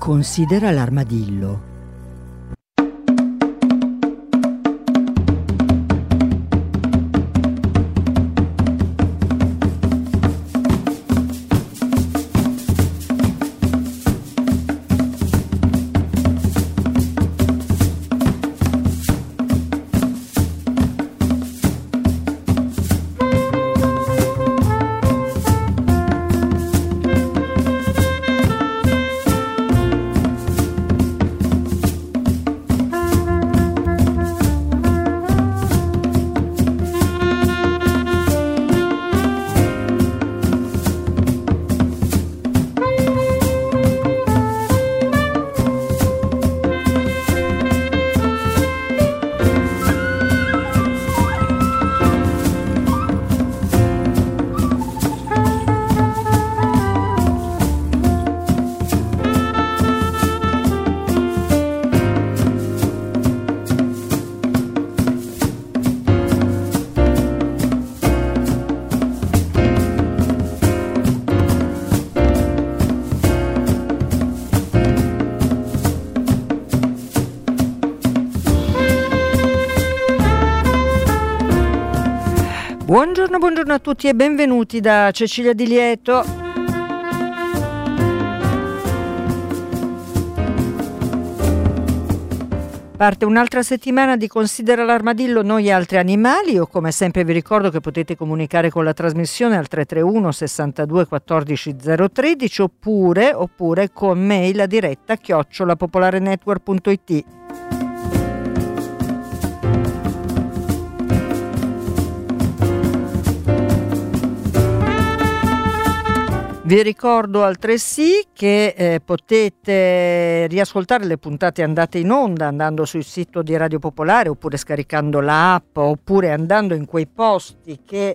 Considera l'armadillo. Buongiorno a tutti e benvenuti da Cecilia Di Lieto. Parte un'altra settimana di Considera l'armadillo, noi e altri animali. Io come sempre vi ricordo che potete comunicare con la trasmissione al 331 62 14 013 oppure con mail a diretta @popolarenetwork.it. Vi ricordo altresì che potete riascoltare le puntate andate in onda andando sul sito di Radio Popolare, oppure scaricando la app, oppure andando in quei posti che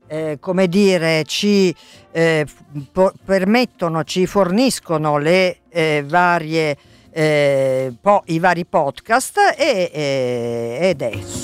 ci permettono, ci forniscono le varie i vari podcast e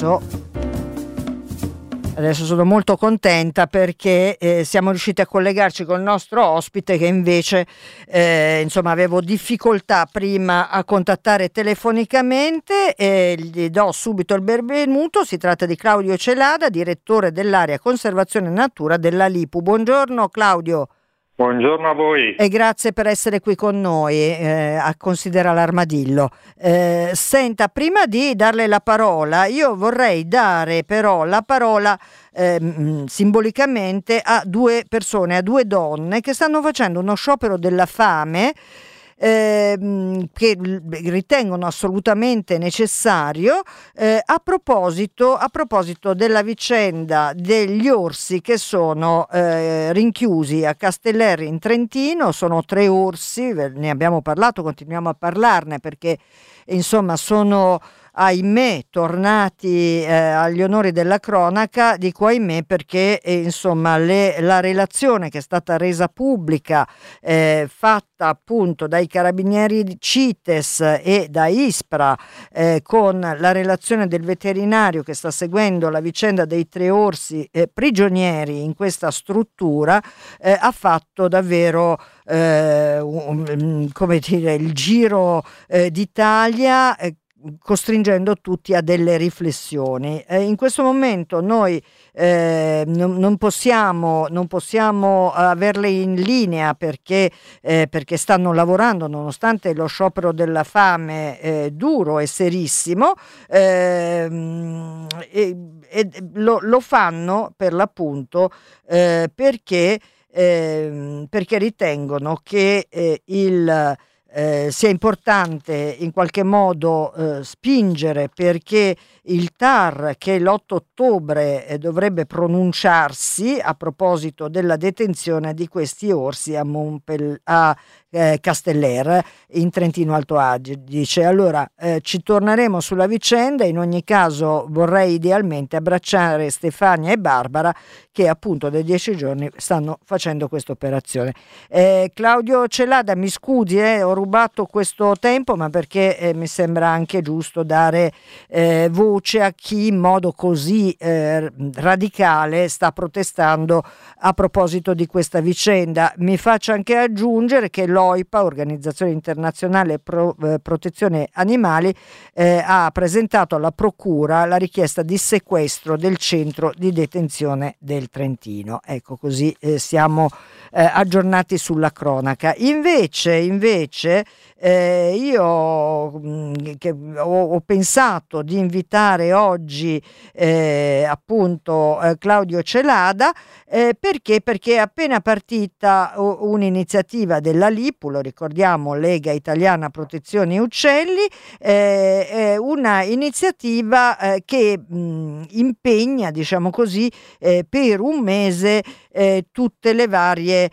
adesso sono molto contenta perché siamo riusciti a collegarci col nostro ospite che invece avevo difficoltà prima a contattare telefonicamente, e gli do subito il benvenuto. Si tratta di Claudio Celada, direttore dell'area conservazione natura della LIPU. Buongiorno Claudio. Buongiorno a voi. E grazie per essere qui con noi a Considera l'armadillo. Senta, prima di darle la parola, io vorrei dare però la parola simbolicamente a due persone, a due donne che stanno facendo uno sciopero della fame che ritengono assolutamente necessario a proposito della vicenda degli orsi che sono rinchiusi a Castellerri in Trentino. Sono 3 orsi, ne abbiamo parlato, continuiamo a parlarne perché sono ahimè tornati agli onori della cronaca. Dico ahimè perché la relazione che è stata resa pubblica fatta appunto dai carabinieri CITES e da ISPRA con la relazione del veterinario che sta seguendo la vicenda dei 3 orsi prigionieri in questa struttura ha fatto davvero il giro d'Italia, costringendo tutti a delle riflessioni. In questo momento noi non possiamo averle in linea perché stanno lavorando nonostante lo sciopero della fame duro e serissimo, e lo fanno per l'appunto perché ritengono che sia importante in qualche modo spingere perché il TAR, che l'8 ottobre dovrebbe pronunciarsi a proposito della detenzione di questi orsi a Casteller in Trentino Alto Adige. Allora ci torneremo sulla vicenda. In ogni caso vorrei idealmente abbracciare Stefania e Barbara che appunto da 10 giorni stanno facendo questa operazione. Claudio Celada, mi scusi, ho rubato questo tempo, ma perché mi sembra anche giusto dare voce a chi in modo così radicale sta protestando a proposito di questa vicenda. Mi faccio anche aggiungere che l'8 l'OIPA, Organizzazione Internazionale Protezione Animali, ha presentato alla Procura la richiesta di sequestro del centro di detenzione del Trentino. Ecco, così siamo aggiornati sulla cronaca. Invece io che ho pensato di invitare oggi appunto Claudio Celada perché è appena partita un'iniziativa della LIPU, lo ricordiamo, Lega Italiana Protezione Uccelli, una iniziativa che impegna, diciamo così, per un mese tutte le varie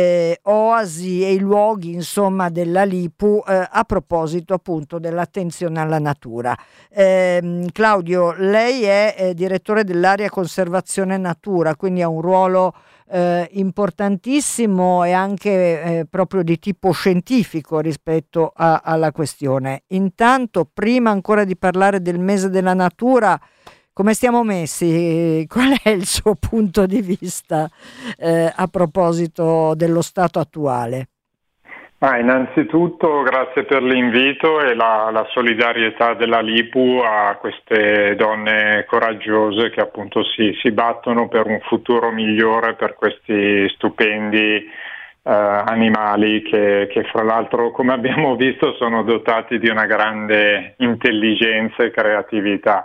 oasi e i luoghi, insomma, della LIPU a proposito appunto dell'attenzione alla natura. Claudio, lei è direttore dell'area conservazione natura, quindi ha un ruolo importantissimo e anche proprio di tipo scientifico rispetto alla questione. Intanto, prima ancora di parlare del mese della natura, come stiamo messi? Qual è il suo punto di vista a proposito dello stato attuale? Innanzitutto grazie per l'invito e la solidarietà della LIPU a queste donne coraggiose che appunto si battono per un futuro migliore per questi stupendi animali che fra l'altro, come abbiamo visto, sono dotati di una grande intelligenza e creatività.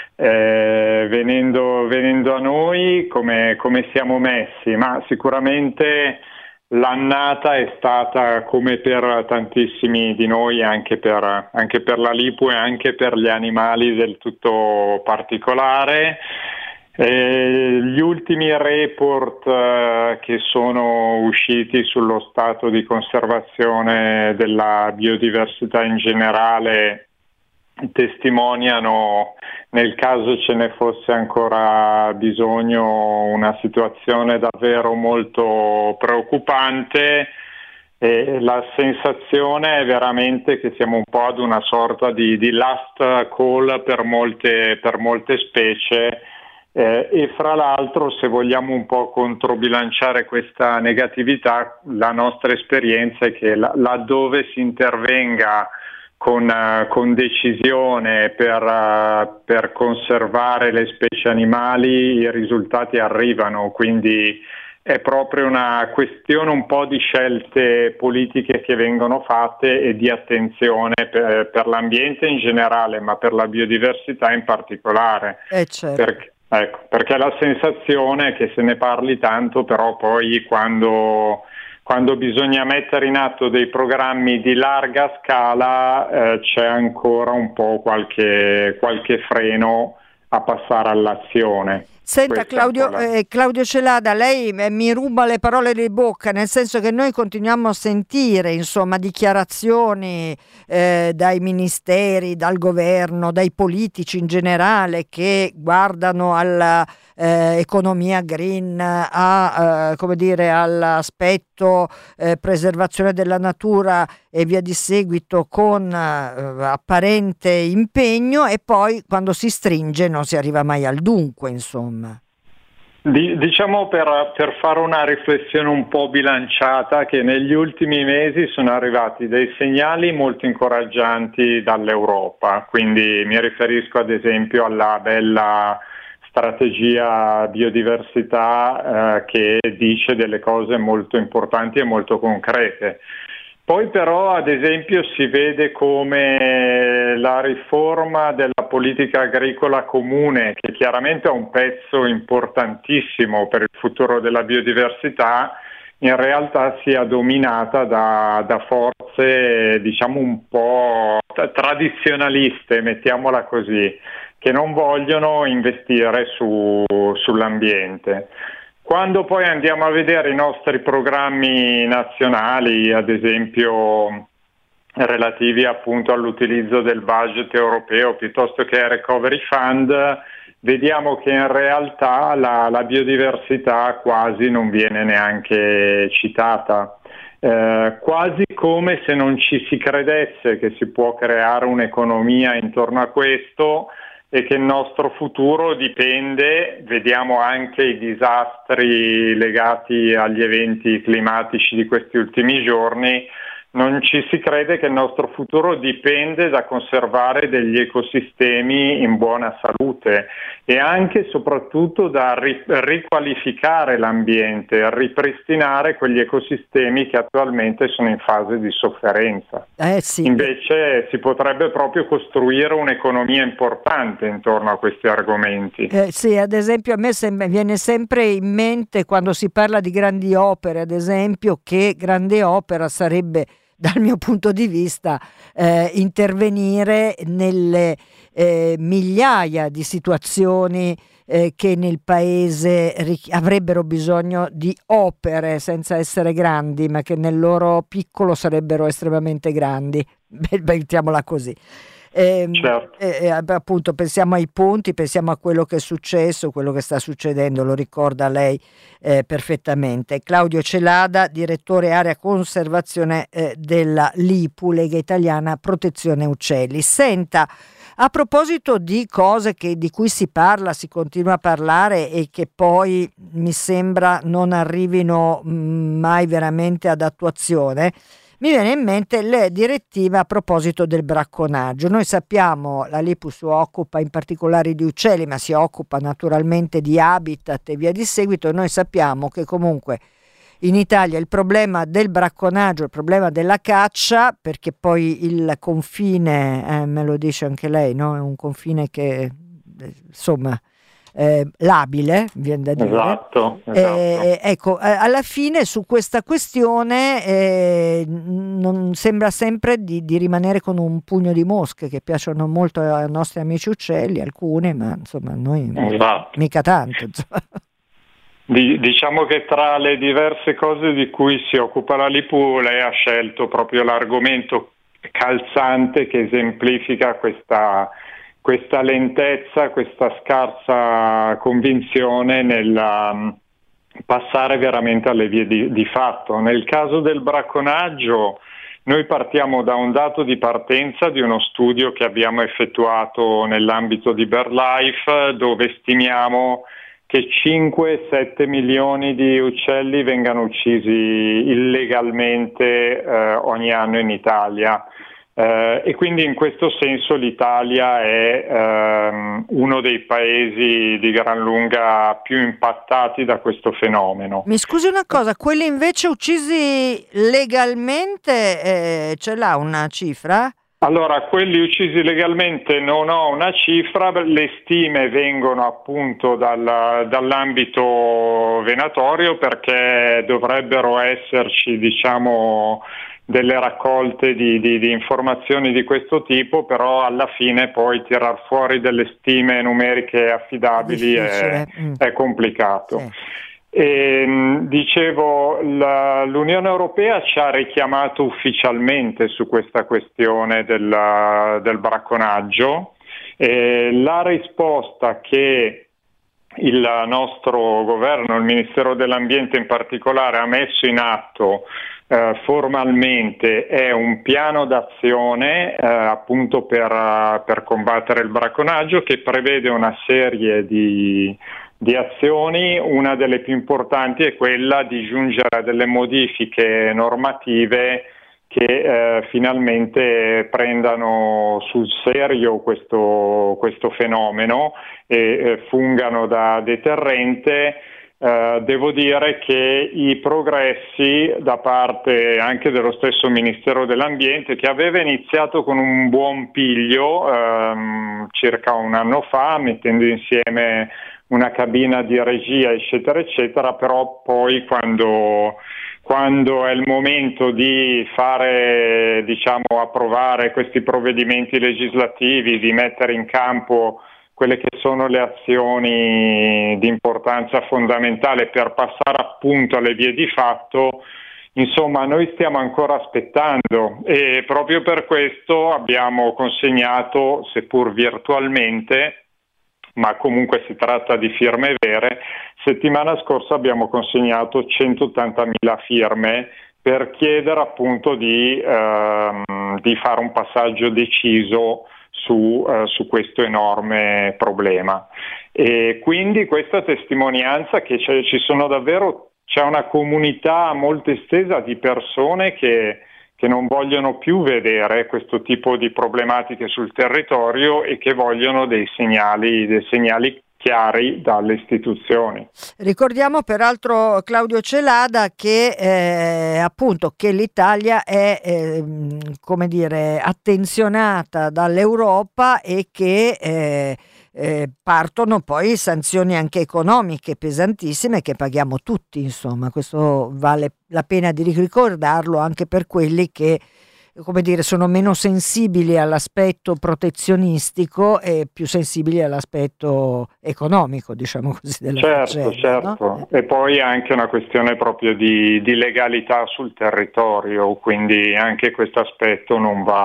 Venendo a noi, come siamo messi? Ma sicuramente l'annata è stata, come per tantissimi di noi, anche per la LIPU e anche per gli animali, del tutto particolare. Gli ultimi report che sono usciti sullo stato di conservazione della biodiversità in generale testimoniano, nel caso ce ne fosse ancora bisogno, una situazione davvero molto preoccupante. E la sensazione è veramente che siamo un po' ad una sorta di last call per molte specie. E fra l'altro, se vogliamo un po' controbilanciare questa negatività, la nostra esperienza è che laddove si intervenga con decisione per conservare le specie animali, i risultati arrivano, quindi è proprio una questione un po' di scelte politiche che vengono fatte e di attenzione per l'ambiente in generale, ma per la biodiversità in particolare. Certo. Perché la sensazione è che se ne parli tanto, però poi quando bisogna mettere in atto dei programmi di larga scala c'è ancora un po' qualche freno a passare all'azione. Senta Claudio Celada, lei mi ruba le parole di bocca, nel senso che noi continuiamo a sentire, insomma, dichiarazioni dai ministeri, dal governo, dai politici in generale che guardano alla economia green, come dire, all'aspetto preservazione della natura e via di seguito con apparente impegno, e poi quando si stringe non si arriva mai al dunque, insomma. Diciamo, per fare una riflessione un po' bilanciata, che negli ultimi mesi sono arrivati dei segnali molto incoraggianti dall'Europa, quindi mi riferisco ad esempio alla bella strategia biodiversità che dice delle cose molto importanti e molto concrete. Poi però, ad esempio, si vede come la riforma della politica agricola comune, che chiaramente è un pezzo importantissimo per il futuro della biodiversità, in realtà sia dominata da forze, diciamo, un po' tradizionaliste, mettiamola così, che non vogliono investire sull'ambiente. Quando poi andiamo a vedere i nostri programmi nazionali, ad esempio relativi appunto all'utilizzo del budget europeo piuttosto che al Recovery Fund, vediamo che in realtà la biodiversità quasi non viene neanche citata. Quasi come se non ci si credesse che si può creare un'economia intorno a questo e che il nostro futuro dipende, vediamo anche i disastri legati agli eventi climatici di questi ultimi giorni, non ci si crede che il nostro futuro dipende da conservare degli ecosistemi in buona salute e anche e soprattutto da riqualificare l'ambiente, ripristinare quegli ecosistemi che attualmente sono in fase di sofferenza. Sì. Invece si potrebbe proprio costruire un'economia importante intorno a questi argomenti. Sì, ad esempio a me viene sempre in mente quando si parla di grandi opere, ad esempio, che grande opera sarebbe dal mio punto di vista intervenire nelle migliaia di situazioni che nel paese avrebbero bisogno di opere senza essere grandi, ma che nel loro piccolo sarebbero estremamente grandi. Mettiamola così. Certo. Appunto pensiamo ai ponti, pensiamo a quello che è successo, quello che sta succedendo, lo ricorda lei perfettamente. Claudio Celada, direttore area conservazione della LIPU, Lega Italiana Protezione Uccelli. Senta, a proposito di cose di cui si parla, si continua a parlare e che poi mi sembra non arrivino mai veramente ad attuazione, mi viene in mente la direttiva a proposito del bracconaggio. Noi sappiamo, la LIPU si occupa in particolare di uccelli, ma si occupa naturalmente di habitat e via di seguito. Noi sappiamo che comunque in Italia il problema del bracconaggio, il problema della caccia, perché poi il confine, me lo dice anche lei, no? È un confine che, insomma, labile, viene da dire. Esatto. Ecco, alla fine su questa questione non sembra sempre di rimanere con un pugno di mosche che piacciono molto ai nostri amici uccelli, alcune, ma insomma a noi mica tanto. Diciamo che tra le diverse cose di cui si occupa la LIPU, lei ha scelto proprio l'argomento calzante che esemplifica questa lentezza, questa scarsa convinzione nel passare veramente alle vie di fatto. Nel caso del bracconaggio noi partiamo da un dato di partenza di uno studio che abbiamo effettuato nell'ambito di BirdLife, dove stimiamo che 5-7 milioni di uccelli vengano uccisi illegalmente ogni anno in Italia. E quindi in questo senso l'Italia è uno dei paesi di gran lunga più impattati da questo fenomeno. Mi scusi una cosa, quelli invece uccisi legalmente ce l'ha una cifra? Allora, quelli uccisi legalmente non ho una cifra, le stime vengono appunto dall'ambito venatorio perché dovrebbero esserci, diciamo, delle raccolte di informazioni di questo tipo, però alla fine poi tirar fuori delle stime numeriche affidabili è complicato. Sì. Dicevo, l'Unione Europea ci ha richiamato ufficialmente su questa questione del bracconaggio. La risposta che il nostro governo, il Ministero dell'Ambiente in particolare, ha messo in atto formalmente è un piano d'azione appunto per combattere il bracconaggio, che prevede una serie di azioni. Una delle più importanti è quella di giungere a delle modifiche normative che finalmente prendano sul serio questo fenomeno e fungano da deterrente. Devo dire che i progressi da parte anche dello stesso Ministero dell'Ambiente, che aveva iniziato con un buon piglio circa un anno fa, mettendo insieme una cabina di regia eccetera eccetera, però poi quando è il momento di fare, diciamo, approvare questi provvedimenti legislativi, di mettere in campo quelle che sono le azioni di importanza fondamentale per passare appunto alle vie di fatto, insomma noi stiamo ancora aspettando e proprio per questo abbiamo consegnato, seppur virtualmente, ma comunque si tratta di firme vere, settimana scorsa abbiamo consegnato 180.000 firme per chiedere appunto di fare un passaggio deciso su questo enorme problema. E quindi questa testimonianza che c'è una comunità molto estesa di persone che che non vogliono più vedere questo tipo di problematiche sul territorio e che vogliono dei segnali chiari dalle istituzioni. Ricordiamo peraltro, Claudio Celada, che appunto che l'Italia è come dire, attenzionata dall'Europa e che partono poi sanzioni anche economiche pesantissime che paghiamo tutti, insomma. Questo vale la pena di ricordarlo anche per quelli che, come dire, sono meno sensibili all'aspetto protezionistico e più sensibili all'aspetto economico, diciamo così, della Certo, faccenda, certo. no? E poi anche una questione proprio di legalità sul territorio, quindi anche questo aspetto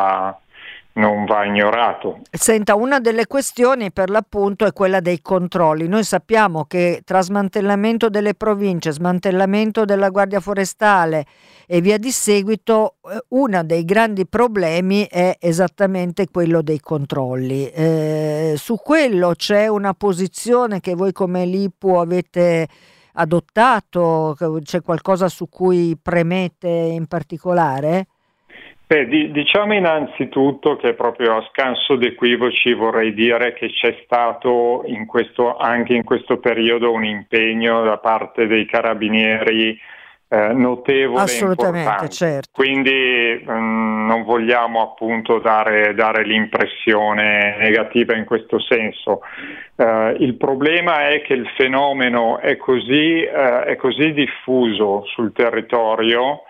non va ignorato. Senta, una delle questioni per l'appunto è quella dei controlli. Noi sappiamo che tra smantellamento delle province, smantellamento della Guardia Forestale e via di seguito, uno dei grandi problemi è esattamente quello dei controlli. Su quello c'è una posizione che voi come l'IPU avete adottato? C'è qualcosa su cui premete in particolare? Beh, diciamo innanzitutto che proprio a scanso d'equivoci vorrei dire che c'è stato anche in questo periodo un impegno da parte dei carabinieri notevole e Assolutamente, importante. certo. Quindi non vogliamo appunto dare l'impressione negativa in questo senso. Il problema è che il fenomeno è così diffuso sul territorio.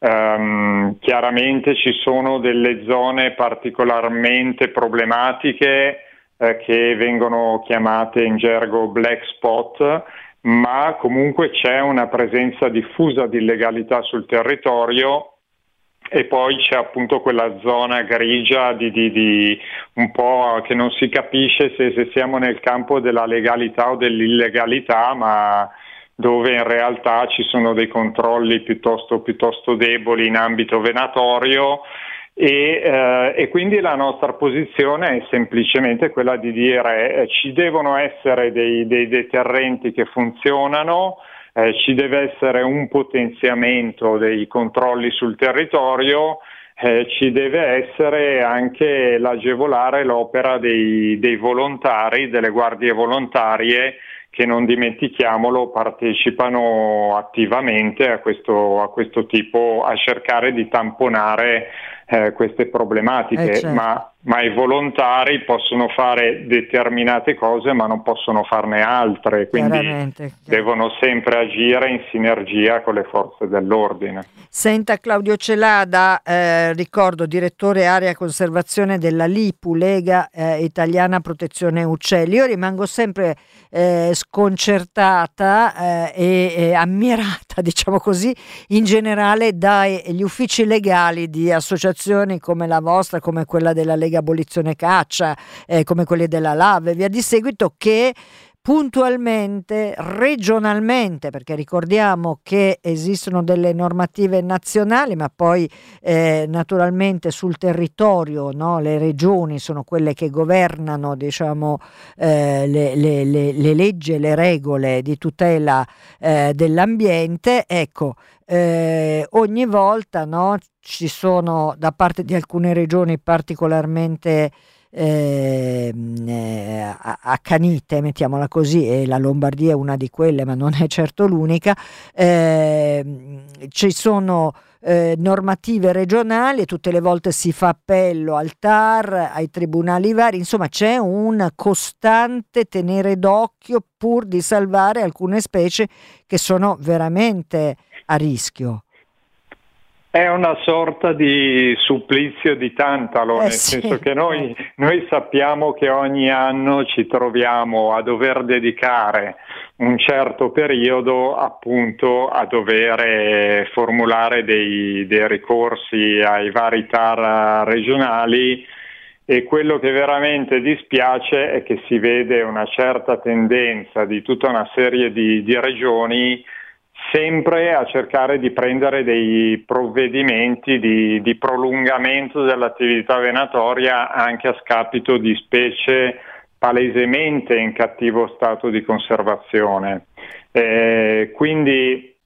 Chiaramente ci sono delle zone particolarmente problematiche che vengono chiamate in gergo black spot, ma comunque c'è una presenza diffusa di illegalità sul territorio e poi c'è appunto quella zona grigia di un po' che non si capisce se siamo nel campo della legalità o dell'illegalità, ma dove in realtà ci sono dei controlli piuttosto deboli in ambito venatorio e quindi la nostra posizione è semplicemente quella di dire ci devono essere dei deterrenti che funzionano, ci deve essere un potenziamento dei controlli sul territorio, ci deve essere anche l'agevolare l'opera dei volontari, delle guardie volontarie che non dimentichiamolo partecipano attivamente a questo tipo, a cercare di tamponare queste problematiche, Certo. ma i volontari possono fare determinate cose ma non possono farne altre, quindi devono sempre agire in sinergia con le forze dell'ordine. Senta Claudio Celada, ricordo direttore area conservazione della LIPU, Lega Italiana Protezione Uccelli. Io rimango sempre sconcertata e ammirata, diciamo così, in generale dagli uffici legali di associazioni come la vostra, come quella della Lega Abolizione Caccia, come quelle della LAV e via di seguito, che puntualmente, regionalmente, perché ricordiamo che esistono delle normative nazionali, ma poi naturalmente sul territorio, no, le regioni sono quelle che governano, diciamo, le leggi e le regole di tutela dell'ambiente. Ecco, ogni volta, no, ci sono da parte di alcune regioni particolarmente accanite, mettiamola così, e la Lombardia è una di quelle, ma non è certo l'unica. Ci sono normative regionali e tutte le volte si fa appello al TAR, ai tribunali vari, insomma c'è un costante tenere d'occhio pur di salvare alcune specie che sono veramente a rischio. È una sorta di supplizio di Tantalo, nel senso che noi sappiamo che ogni anno ci troviamo a dover dedicare un certo periodo appunto a dover formulare dei ricorsi ai vari TAR regionali, e quello che veramente dispiace è che si vede una certa tendenza di tutta una serie di regioni sempre a cercare di prendere dei provvedimenti di prolungamento dell'attività venatoria anche a scapito di specie palesemente in cattivo stato di conservazione. Quindi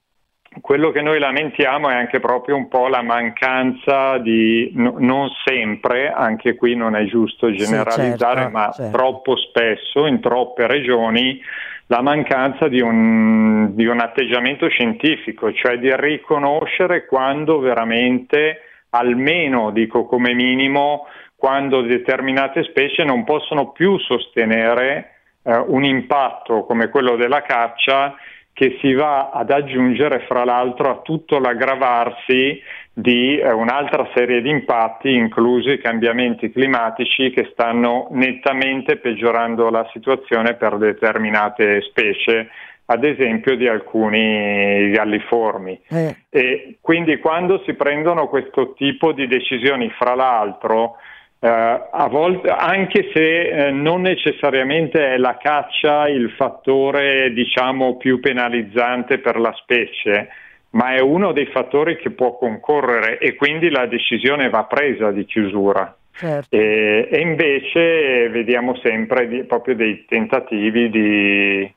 quello che noi lamentiamo è anche proprio un po' la mancanza di, non sempre, anche qui non è giusto generalizzare, certo, ma certo. troppo spesso in troppe regioni la mancanza di un atteggiamento scientifico, cioè di riconoscere quando veramente, almeno dico come minimo, quando determinate specie non possono più sostenere un impatto come quello della caccia, che si va ad aggiungere fra l'altro a tutto l'aggravarsi di un'altra serie di impatti, inclusi i cambiamenti climatici, che stanno nettamente peggiorando la situazione per determinate specie, ad esempio di alcuni galliformi. E quindi quando si prendono questo tipo di decisioni, fra l'altro, a volte, anche se non necessariamente è la caccia il fattore, diciamo, più penalizzante per la specie, ma è uno dei fattori che può concorrere, e quindi la decisione va presa di chiusura. Certo. E invece vediamo sempre proprio dei tentativi di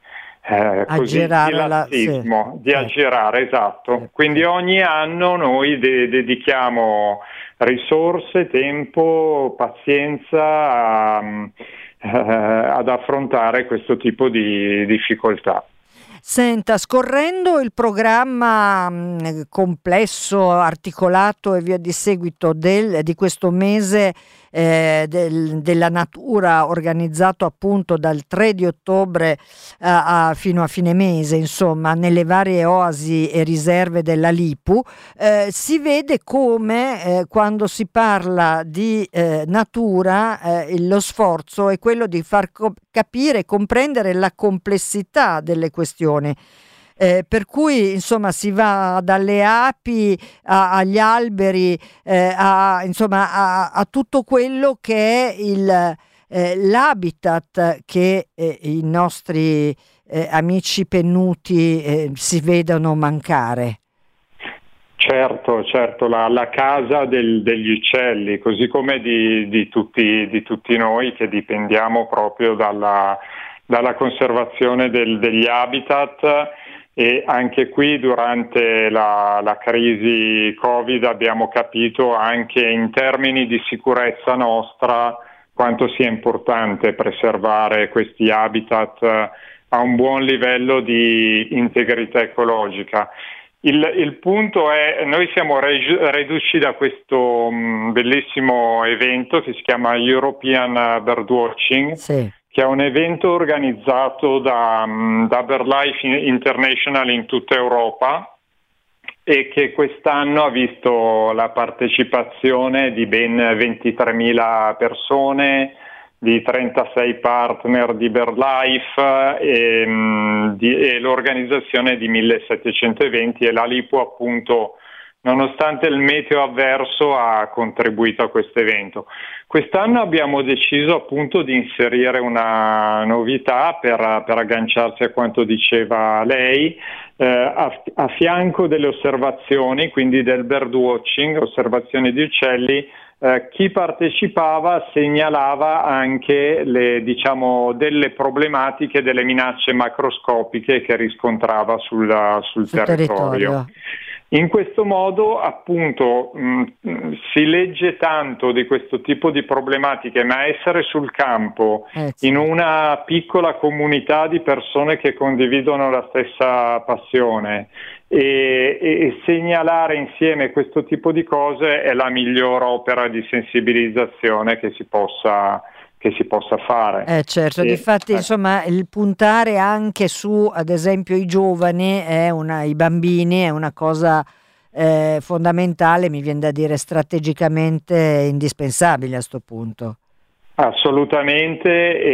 lassismo, di aggirare, esatto. Quindi ogni anno noi dedichiamo risorse, tempo, pazienza ad affrontare questo tipo di difficoltà. Senta, scorrendo il programma complesso, articolato e via di seguito di questo mese della natura, organizzato appunto dal 3 di ottobre fino a fine mese, insomma, nelle varie oasi e riserve della Lipu, si vede come quando si parla di natura lo sforzo è quello di far capire e comprendere la complessità delle questioni. Per cui insomma si va dalle api agli alberi, a tutto quello che è l'habitat che i nostri amici pennuti si vedono mancare. Certo, la casa degli uccelli, così come di tutti noi che dipendiamo proprio dalla conservazione degli habitat. E anche qui durante la crisi Covid abbiamo capito anche in termini di sicurezza nostra quanto sia importante preservare questi habitat a un buon livello di integrità ecologica. Il punto è, noi siamo reduci da questo bellissimo evento che si chiama European Birdwatching, sì, che è un evento organizzato da BirdLife International in tutta Europa e che quest'anno ha visto la partecipazione di ben 23.000 persone, di 36 partner di BirdLife e l'organizzazione di 1.700 eventi, e la Lipu appunto, nonostante il meteo avverso, ha contribuito a questo evento. Quest'anno abbiamo deciso appunto di inserire una novità per agganciarsi a quanto diceva lei, a fianco delle osservazioni, quindi del birdwatching, osservazioni di uccelli. Chi partecipava segnalava anche delle problematiche, delle minacce macroscopiche che riscontrava sul territorio. In questo modo appunto si legge tanto di questo tipo di problematiche, ma essere sul campo in una piccola comunità di persone che condividono la stessa passione e segnalare insieme questo tipo di cose è la miglior opera di sensibilizzazione che si possa fare. Certo, difatti insomma il puntare anche su, ad esempio, i giovani, i bambini, è una cosa fondamentale, mi viene da dire strategicamente indispensabile a sto punto. Assolutamente,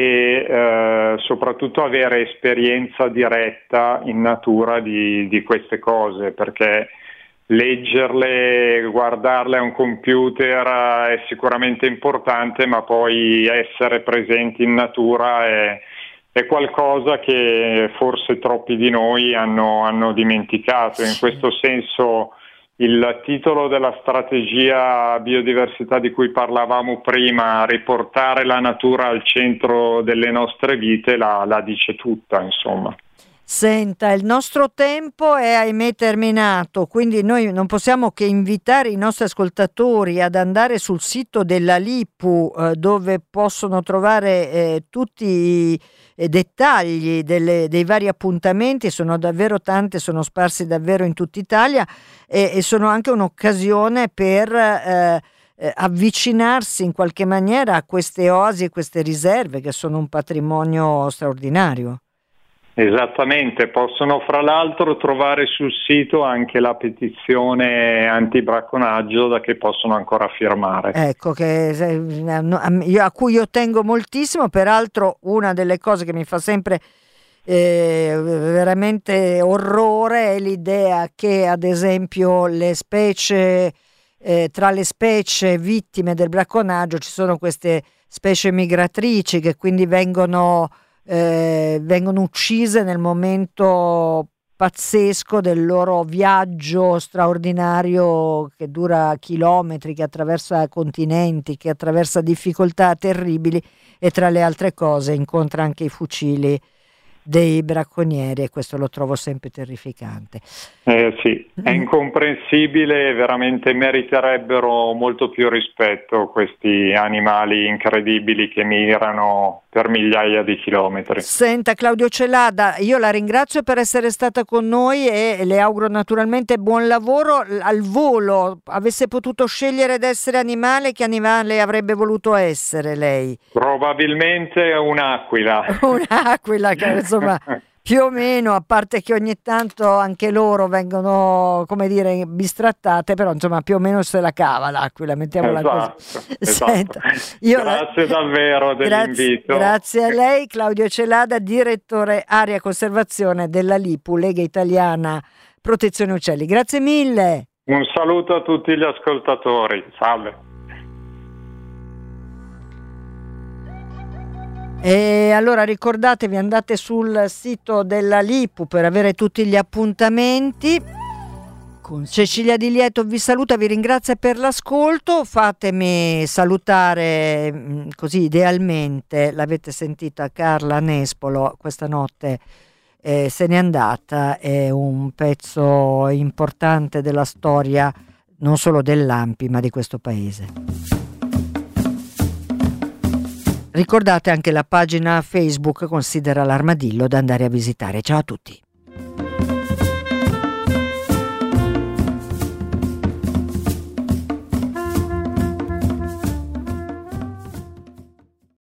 e soprattutto avere esperienza diretta in natura di queste cose, perché leggerle, guardarle a un computer è sicuramente importante, ma poi essere presenti in natura è qualcosa che forse troppi di noi hanno dimenticato. In questo senso il titolo della strategia biodiversità di cui parlavamo prima, riportare la natura al centro delle nostre vite, la dice tutta, insomma. Senta, il nostro tempo è ahimè terminato, quindi noi non possiamo che invitare i nostri ascoltatori ad andare sul sito della LIPU, dove possono trovare tutti i dettagli dei vari appuntamenti. Sono davvero tante, sono sparsi davvero in tutta Italia e sono anche un'occasione per avvicinarsi in qualche maniera a queste oasi e queste riserve che sono un patrimonio straordinario. Esattamente, possono fra l'altro trovare sul sito anche la petizione antibracconaggio da che possono ancora firmare. Ecco, a cui io tengo moltissimo. Peraltro una delle cose che mi fa sempre veramente orrore è l'idea che ad esempio le specie, tra le specie vittime del bracconaggio ci sono queste specie migratrici che quindi vengono uccise nel momento pazzesco del loro viaggio straordinario che dura chilometri, che attraversa continenti, che attraversa difficoltà terribili e tra le altre cose incontra anche i fucili dei bracconieri, e questo lo trovo sempre terrificante. Sì, è incomprensibile, veramente meriterebbero molto più rispetto questi animali incredibili che migrano per migliaia di chilometri. Senta Claudio Celada, io la ringrazio per essere stata con noi e le auguro naturalmente buon lavoro. Al volo, avesse potuto scegliere di essere animale, che animale avrebbe voluto essere lei? Probabilmente un'aquila. Un'aquila, che insomma più o meno, a parte che ogni tanto anche loro vengono, come dire, bistrattate, però insomma più o meno se la cava l'aquila, mettiamola così. Esatto. Grazie davvero dell'invito. Grazie a lei, Claudio Celada, direttore Area Conservazione della LIPU, Lega Italiana Protezione Uccelli. Grazie mille. Un saluto a tutti gli ascoltatori. Salve. E allora ricordatevi, andate sul sito della LIPU per avere tutti gli appuntamenti. Con Cecilia Di Lieto vi saluta, vi ringrazio per l'ascolto. Fatemi salutare così idealmente, l'avete sentita, Carla Nespolo questa notte se n'è andata, è un pezzo importante della storia non solo dell'ANPI ma di questo paese. Ricordate anche la pagina Facebook Considera l'Armadillo da andare a visitare. Ciao a tutti.